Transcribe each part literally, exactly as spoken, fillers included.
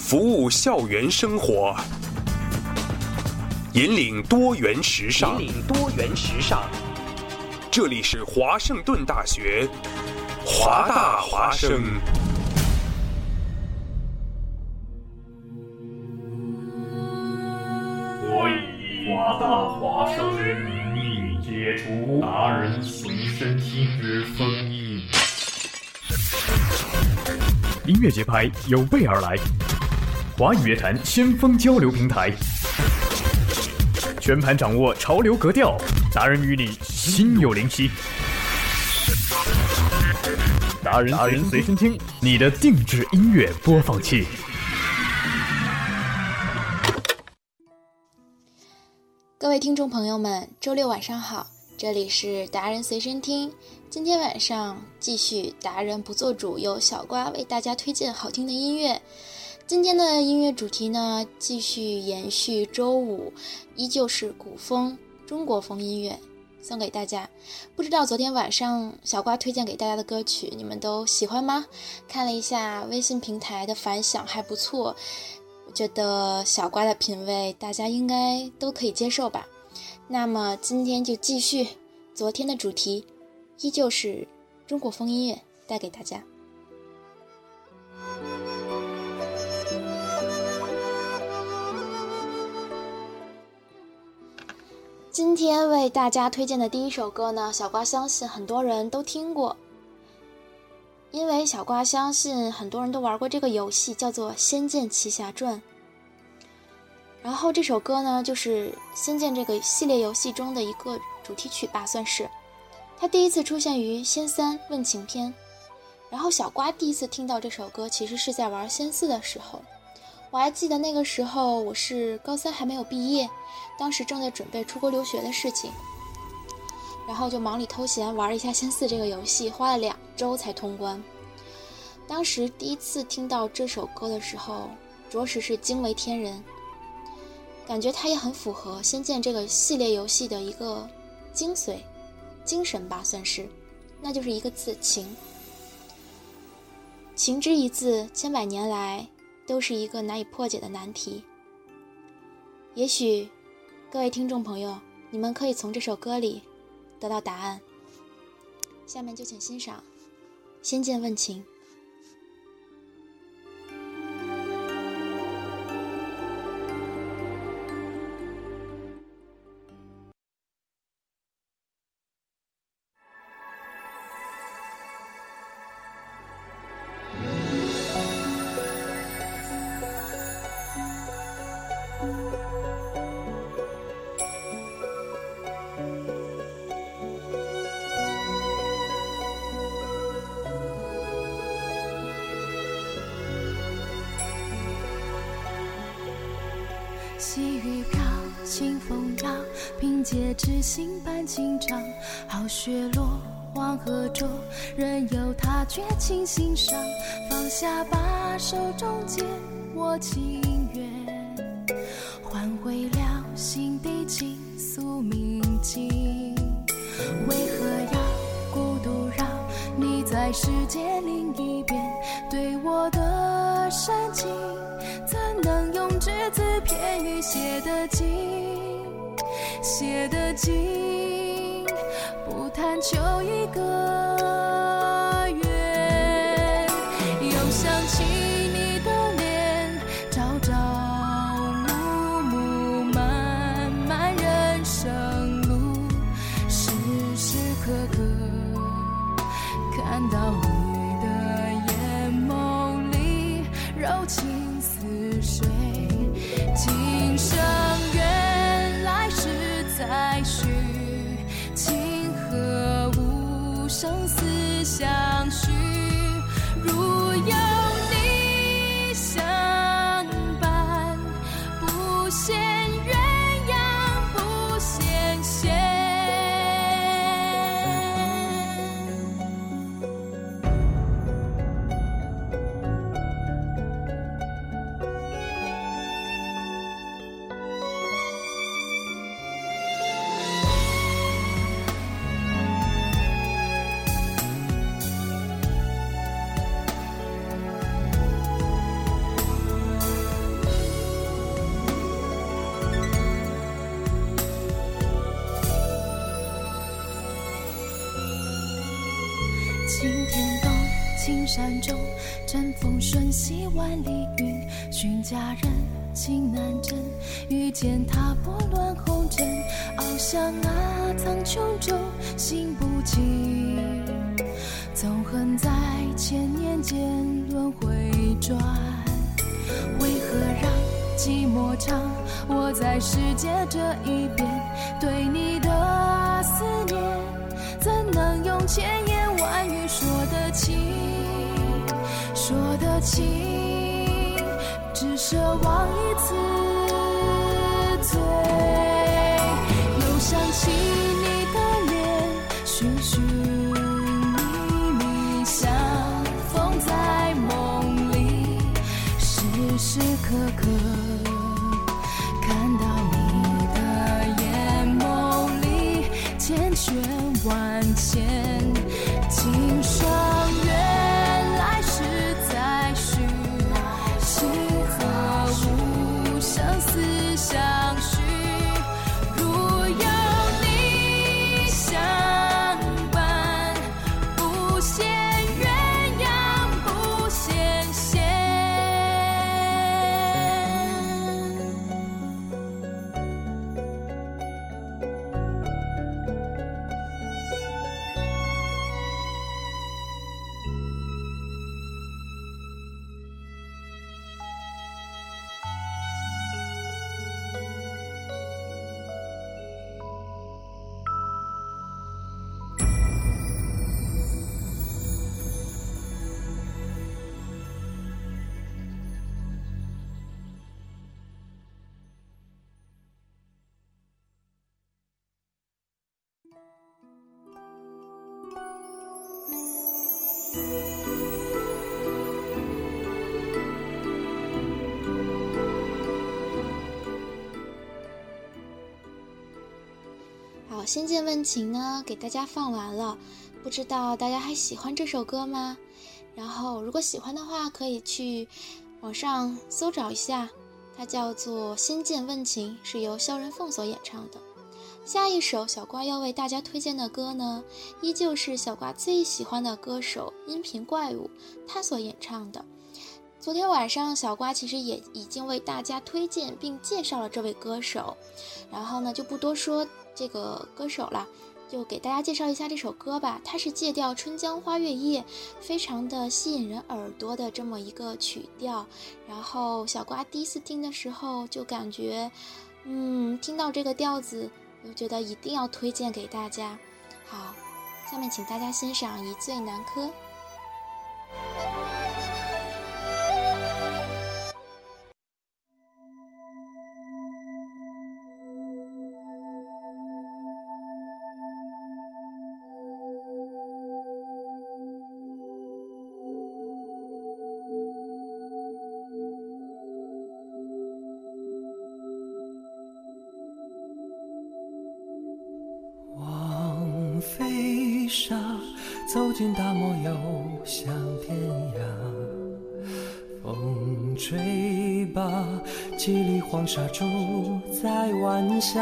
服务校园生活，引领多元时尚。 引领多元时尚。 这里是华盛顿大学，华大华生。 我以华大华生之名义解除达人随身听之封印。 音乐节拍有备而来，华语乐坛先锋交流平台，全盘掌握潮流格调，达人与你心有灵犀。达人达人随身听，你的定制音乐播放器。 各位听众朋友们，周六晚上好，这里是达人随身听。今天晚上继续达人不做主，由小瓜为大家推荐好听的音乐。今天的音乐主题呢，继续延续周五，依旧是古风中国风音乐送给大家。不知道昨天晚上小瓜推荐给大家的歌曲你们都喜欢吗？看了一下微信平台的反响还不错，我觉得小瓜的品味大家应该都可以接受吧。那么今天就继续昨天的主题，依旧是中国风音乐带给大家。今天为大家推荐的第一首歌呢，小瓜相信很多人都听过，因为小瓜相信很多人都玩过这个游戏，叫做《仙剑奇侠传》。然后这首歌呢，就是《仙剑》这个系列游戏中的一个主题曲吧，算是。它第一次出现于《仙三问情篇》，然后小瓜第一次听到这首歌，其实是在玩仙四的时候。我还记得那个时候我是高三还没有毕业，当时正在准备出国留学的事情，然后就忙里偷闲玩了一下仙四这个游戏，花了两周才通关。当时第一次听到这首歌的时候，着实是惊为天人，感觉它也很符合仙剑这个系列游戏的一个精髓精神吧，算是，那就是一个字，情。情之一字，千百年来都是一个难以破解的难题。也许各位听众朋友，你们可以从这首歌里得到答案。下面就请欣赏《仙剑问情》。 细雨飘，清风摇，凭借痴心伴情长。好雪落，黄河浊，任由它绝情心伤。放下吧，手中剑，我情愿换回了心底倾诉铭记。为何要孤独绕？你在世界另一边，对我的深情怎能用只字片语写得尽，写得尽，不贪求一个缘。又想起你的脸，朝朝暮暮，漫漫人生路，时时刻刻看到你的眼眸里柔情似水。今生缘来世再续，情和无生死相许。如有你相伴，不羡鸳鸯不羡仙。 山中，阵风瞬息万里云，寻佳人情难枕，遇见他拨乱红尘，翱翔啊苍穹中心不静，纵横在千年间轮回转，为何让寂寞长？我在世界这一边，对你的思念怎能用千言万语说得清，说得清，只奢望一次醉。又想起你的脸，寻寻觅觅，相逢在梦里，时时刻刻看到你的眼眸里，千圈万千今生缘来世再续，契合无生死相许，如有你相伴，不羡鸳鸯不羡仙。 好，仙剑问情呢给大家放完了，不知道大家还喜欢这首歌吗？然后如果喜欢的话，可以去网上搜找一下，它叫做仙剑问情，是由萧人凤所演唱的。下一首小瓜要为大家推荐的歌呢，依旧是小瓜最喜欢的歌手音频怪物他所演唱的。昨天晚上小瓜其实也已经为大家推荐并介绍了这位歌手，然后呢就不多说这个歌手了，就给大家介绍一下这首歌吧。它是借调《春江花月夜》，非常的吸引人耳朵的这么一个曲调。然后小瓜第一次听的时候就感觉嗯，听到这个调子我觉得一定要推荐给大家。好，下面请大家欣赏《一醉南柯》。 飞沙走进大漠又向天涯，风吹罢几粒黄沙住在晚霞，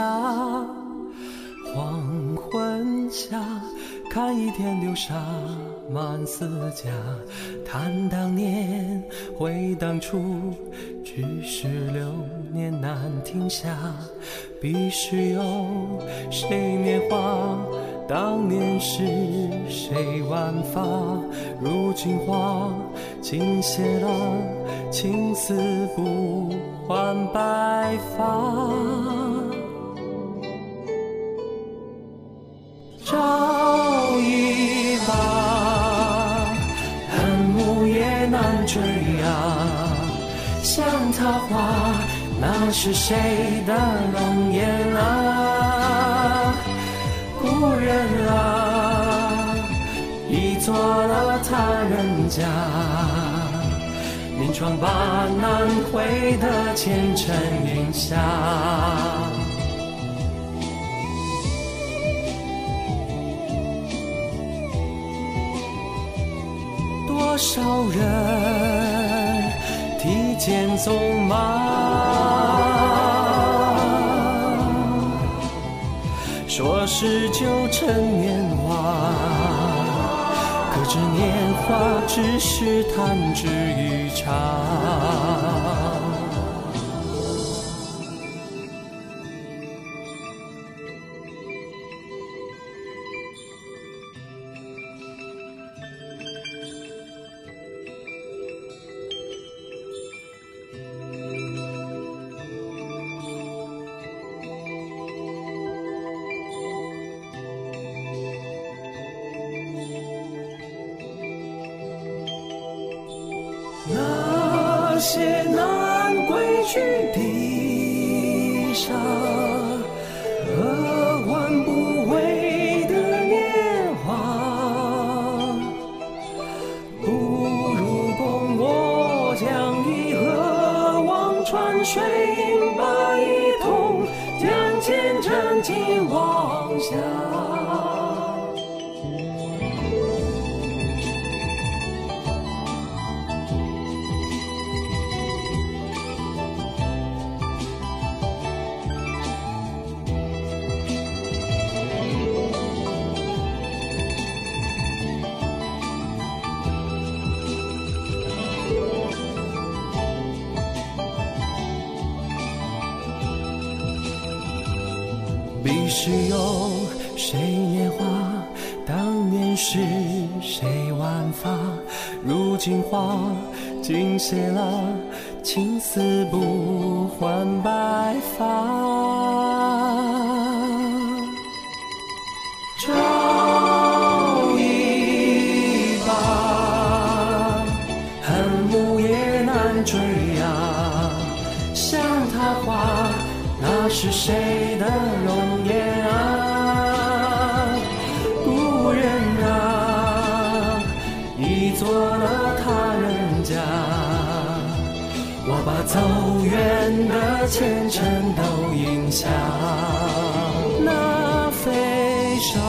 黄昏下看一天流沙满四家，叹当年回当初，只是流年难停下，彼时有谁年华，当年是谁挽发，如今花尽谢了，青丝不换白发。朝一把，恨木也难追啊，像桃花，那是谁的容颜啊？故人啊，已做了他人家，临窗把难回的前尘云下。多少人提剑纵马，说是旧尘年华，可知是年华，只是弹指一场。那些难归去的伤，和换不回的年华，不如共我将一河望穿水，把一同将前尘尽忘下。彼时有谁年华，当年是谁挽发，如今花尽谢了，青丝不换白发。朝一把恨木也难追啊，像他花，那是谁的容颜啊？故人啊，已做了他人家，我把走远的前尘都饮下。那飞沙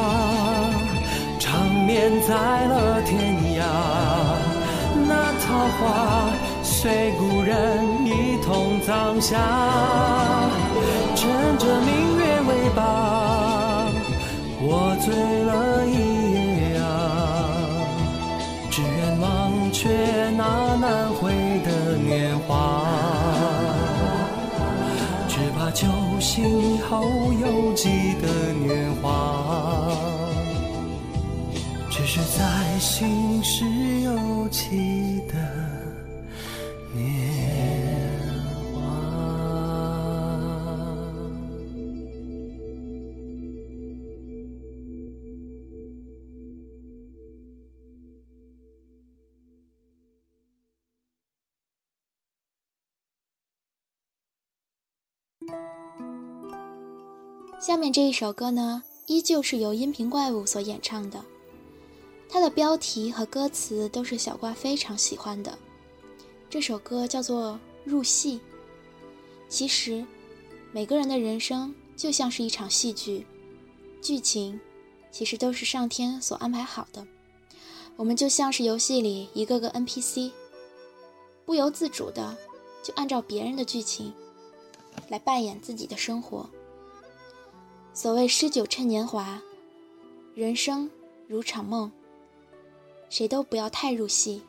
长眠在了天涯，那桃花随故人一同葬下，趁着明月为罢，我醉了一夜啊，只愿忘却那难回的年华，只怕酒醒后犹记得年华，只是在心事又记得年华。 下面这一首歌呢，依旧是由音频怪物所演唱的，它的标题和歌词都是小瓜非常喜欢的。这首歌叫做《入戏》。其实每个人的人生就像是一场戏剧，剧情其实都是上天所安排好的，我们就像是游戏里一个个 N P C， 不由自主的就按照别人的剧情来扮演自己的生活。所谓诗酒趁年华，人生如场梦，谁都不要太入戏。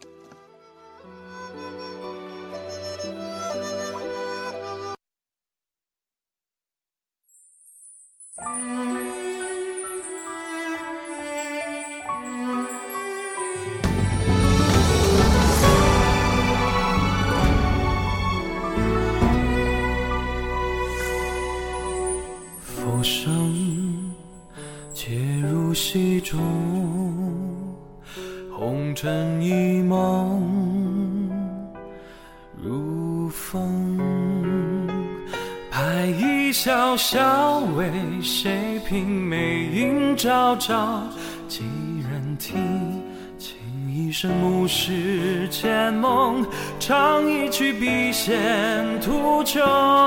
浮生皆如戏中，红尘一梦如风。拍一笑笑，为谁凭眉影朝朝？几人听？情一生目视前梦，唱一曲笔仙途中。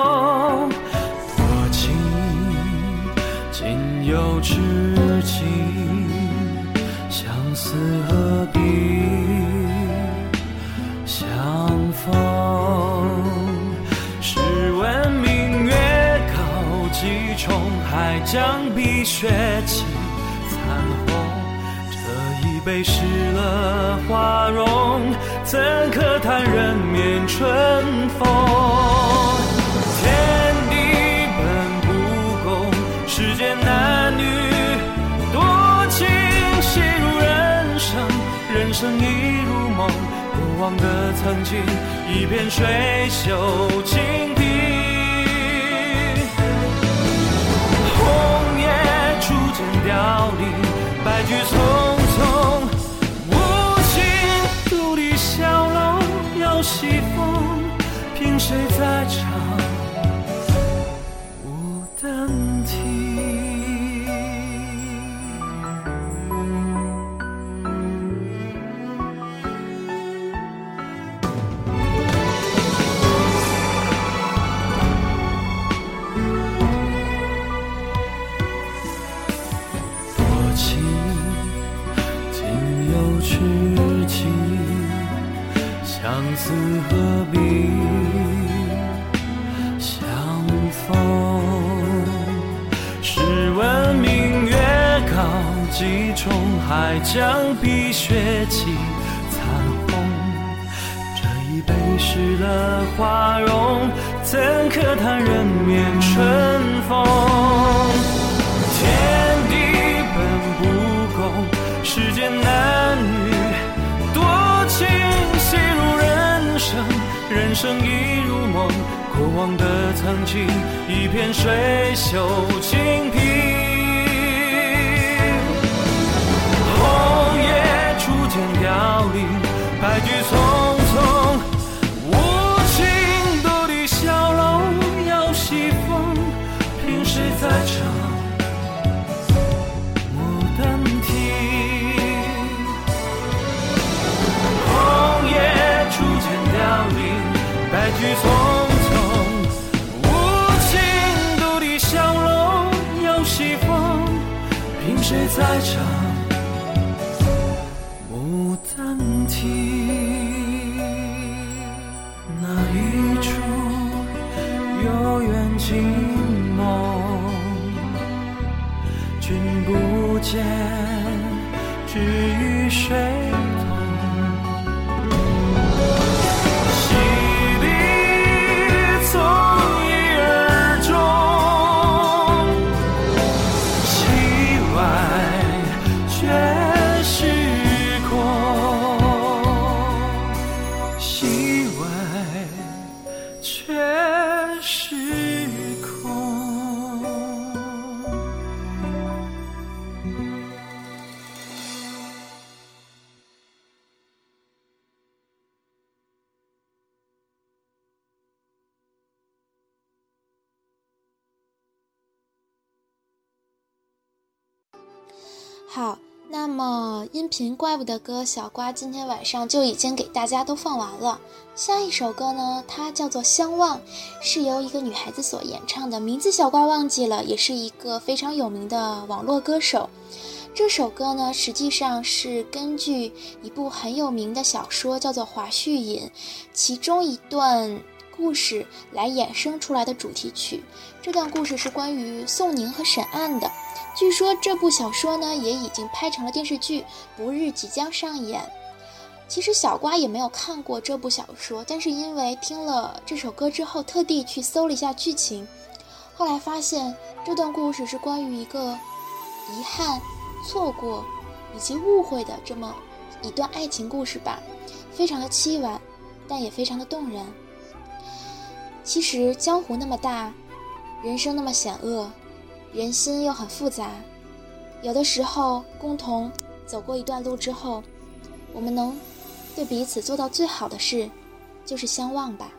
多情今有痴情，相思何必相逢？试问明月高几重，还将碧血起残红。这一被湿了花容，怎可叹人面春风？天地本不公，世间男女多情，戏如人生，人生亦如梦。过往的曾经，一片水袖轻披。红叶初见凋零，白驹匆匆，无情独立小楼摇西风，凭谁在唱无灯题？相思何必相逢？试问明月高，几重海江碧血起残红。这一杯湿了花容，怎可叹人面春风？天地本不公，世间男女多情，戏如人生，人生亦如梦。过往的曾经，一片水袖轻披。红叶初见凋零，白驹匆匆，无情独立小楼摇西风，凭谁在唱牡丹亭？红叶初见凋零，白驹匆匆，无情独立小楼摇西风，凭谁在唱牡丹亭？那一出幽怨惊梦，君不见，只与水同。 好，那么音频怪物的歌小瓜今天晚上就已经给大家都放完了。下一首歌呢，它叫做《相望》，是由一个女孩子所演唱的，名字小瓜忘记了，也是一个非常有名的网络歌手。这首歌呢，实际上是根据一部很有名的小说叫做《华胥引》其中一段故事来衍生出来的主题曲。这段故事是关于宋宁和沈案的，据说这部小说呢也已经拍成了电视剧，不日即将上演。其实小瓜也没有看过这部小说，但是因为听了这首歌之后特地去搜了一下剧情，后来发现这段故事是关于一个遗憾、错过以及误会的这么一段爱情故事吧，非常的凄婉，但也非常的动人。其实江湖那么大，人生那么险恶，人心又很复杂，有的时候共同走过一段路之后，我们能对彼此做到最好的事，就是相望吧。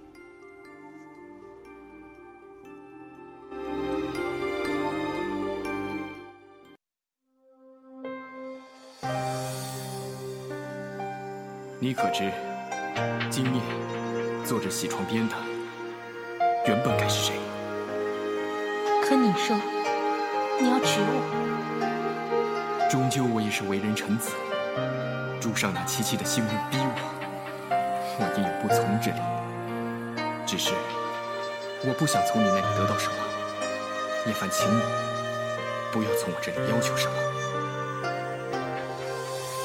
你可知，今夜坐着洗床边的，原本该是谁？ 可你说你要娶我， 终究我也是为人臣子，主上那凄凄的新闻逼我，我也有不从之理。只是我不想从你那里得到什么，也烦请你不要从我这里要求什么。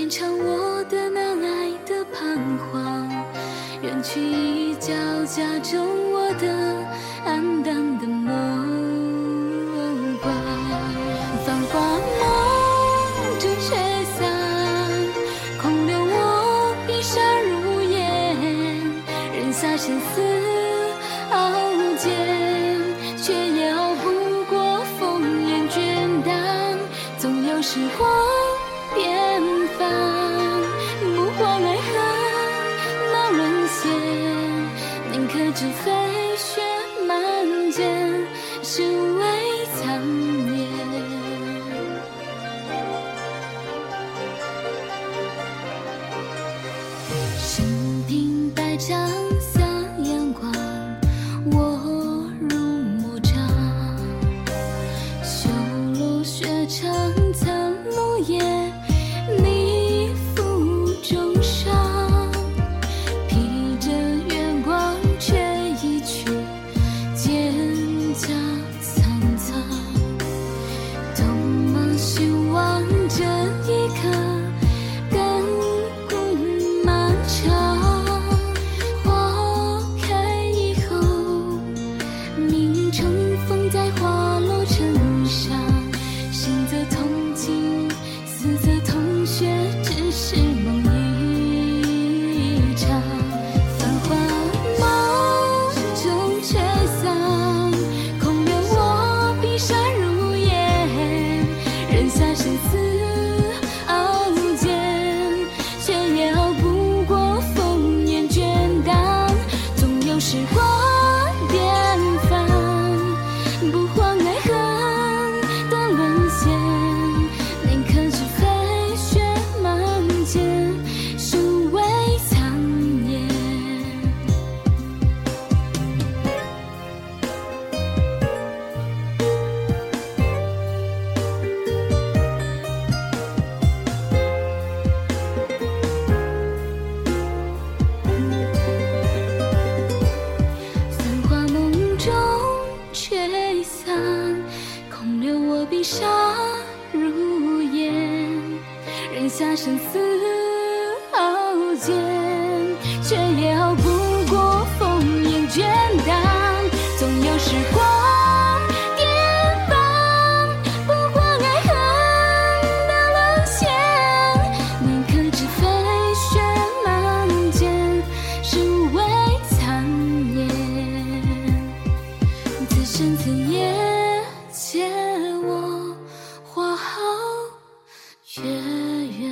延长我的难挨的彷徨，远去一角加重我的黯淡的目光。繁华梦中吹散，空留我闭上入眼，人下生死傲剑，却也熬不过风烟卷荡。总有时光变放，不慌爱恨恼沦陷，宁可知飞雪满肩，是为残念。生平百丈洒阳光，我如魔掌，修罗雪场残木叶，你负重伤，披着月光却已去，蒹葭苍苍。东望西望这一刻，亘古漫长。花开以后，命运乘风在花落尘上，心则痛尽，死则痛血，只是梦一场。繁华梦中吹散，空留我闭上入眼，人下生死傲剑，却也熬不过风烟卷荡。总有时光变放，不慌爱恨的沦陷，宁可知飞雪满肩，是为残念。繁华梦中吹散，空留我闭上入眼，人下生死傲剑，却也熬不过风烟卷荡。总有时光颠放，不慌爱恨的沦陷，宁可知飞雪满肩，是为残念。此生此夜，借我花好月圆，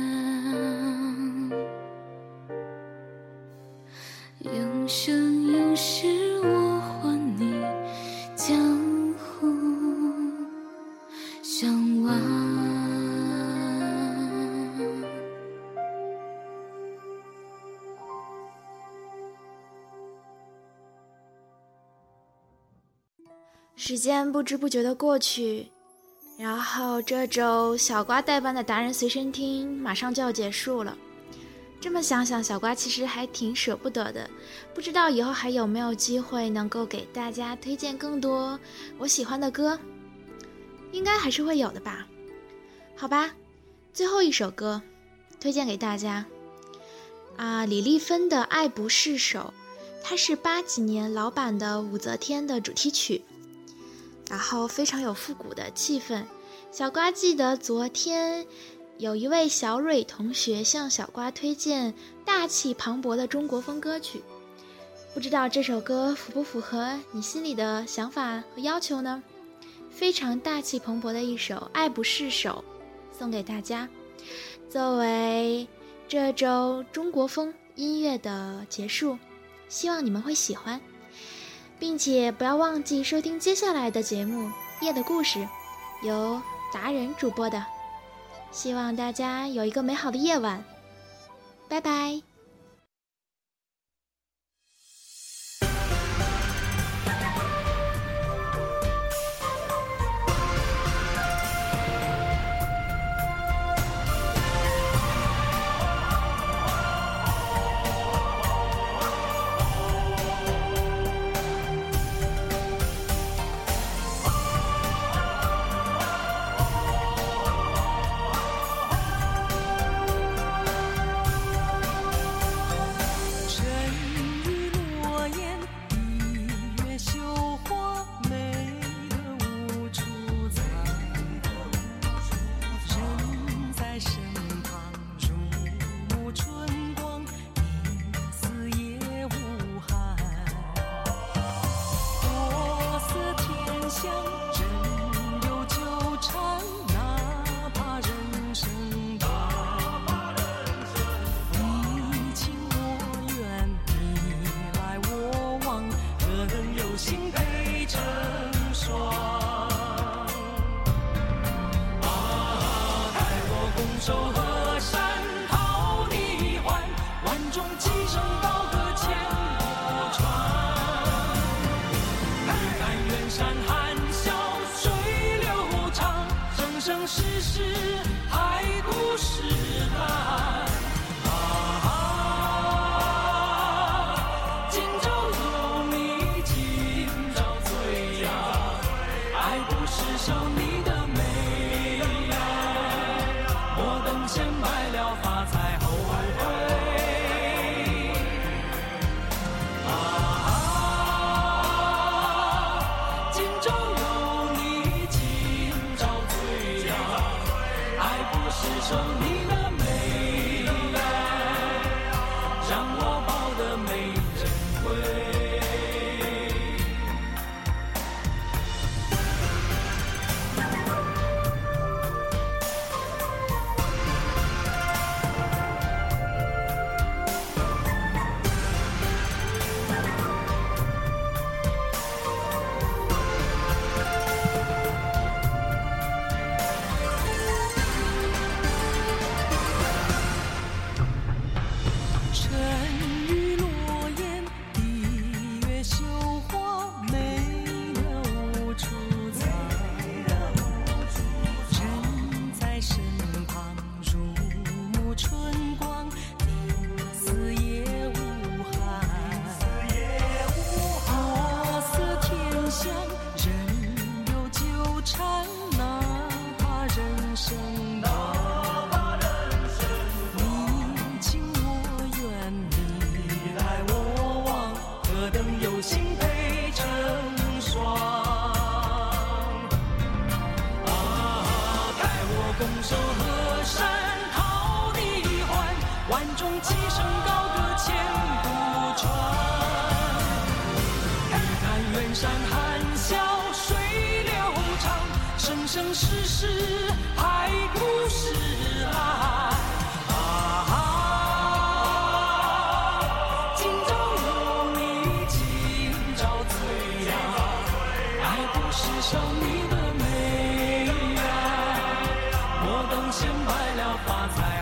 永生永世我还你江湖相望。 时间不知不觉的过去，然后这周小瓜代班的达人随身听马上就要结束了。这么想想，小瓜其实还挺舍不得的，不知道以后还有没有机会能够给大家推荐更多我喜欢的歌，应该还是会有的吧。好吧，最后一首歌推荐给大家啊，李丽芬的《爱不释手》，它是八几年老版的武则天的主题曲，然后非常有复古的气氛。小瓜记得昨天有一位小蕊同学向小瓜推荐大气磅礴的中国风歌曲，不知道这首歌符不符合你心里的想法和要求呢？非常大气磅礴的一首《爱不释手》送给大家，作为这周中国风音乐的结束，希望你们会喜欢，并且不要忘记收听接下来的节目《夜的故事》，由达人主播的。希望大家有一个美好的夜晚，拜拜。 手河山讨你还，万众齐声高歌千古传。日看远山含笑水流长，生生世世海枯石烂。受你的美呀，莫等闲败了发才后悔。啊，今朝有你今朝醉呀，爱不释手你的美呀，让我抱得美珍贵。生生世世海枯石烂。啊，今朝有你今朝醉呀，爱不释手你的美呀，莫等闲败了发财。